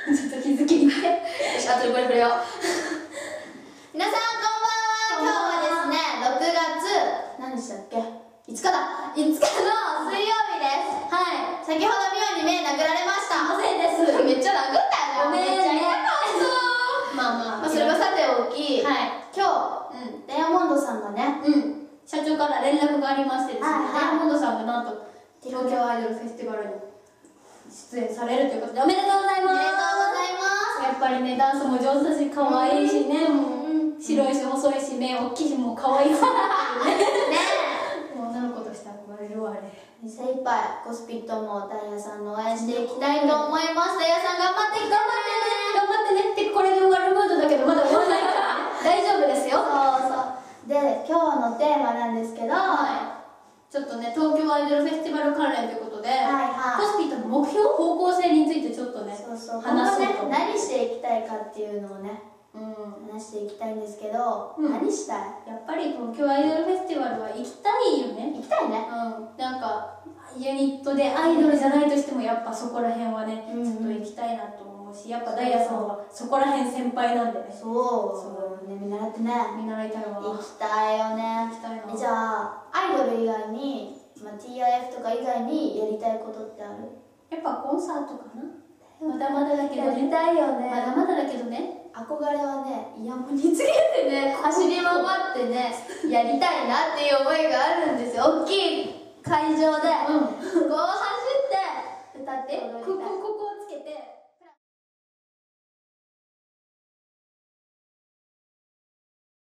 ちょっと気づきにね。よし、あとでこれ触れよう。 皆さんこんばんは。今日はですね、6月何でしたっけ、5日だ、5日の水曜日です。はい、先ほど妙に目殴られました。 すいませんです。 めっちゃ殴ったよ。 ごめんね。 めっちゃ痛かった。まあそれはさておき、 はい、 今日、ダイヤモンドさんがね、 社長から連絡がありましてですね、ダイヤモンドさんがなんと東京アイドルフェスティバルに出演されるということで、おめでとうございます。 おめでとうございます。 やっぱりね、ダンスも上手だし、可愛いしね、白いし細いし、目大きいし、もう可愛いしね。もう女の子として憧れるわね。 精一杯コスピットもダイヤさんの応援していきたいと思います。ダイヤさん頑張ってきてね。 頑張ってね。ってこれで終わるムードだけどまだ終わらないからね。大丈夫ですよ。 そうで、今日のテーマなんですけど、 ちょっとね、東京アイドルフェスティバル関連ということで、コスピットの目標、方向性についてちょっとね、話そうと。 何していきたいかっていうのをね、話していきたいんですけど、何したい？ やっぱり東京アイドルフェスティバルは行きたいよね。 行きたいね。 なんかユニットでアイドルじゃないとしてもやっぱそこら辺はね、ちょっと行きたいなと思うし、やっぱダイヤさんはそこら辺先輩なんでね。 そうね、見習ってね。 見習いたいわ。 行きたいよね。 行きたいな。 じゃあアイドル以外に、TIF とか以外にやりたいことってある？ やっぱコンサートかな。まだまだだけどね。 やりたいよね。 まだまだだけどね。 憧れはね、イヤモニつけてね、走り回ってね、やりたいなっていう思いがあるんですよ。大きい会場で、後半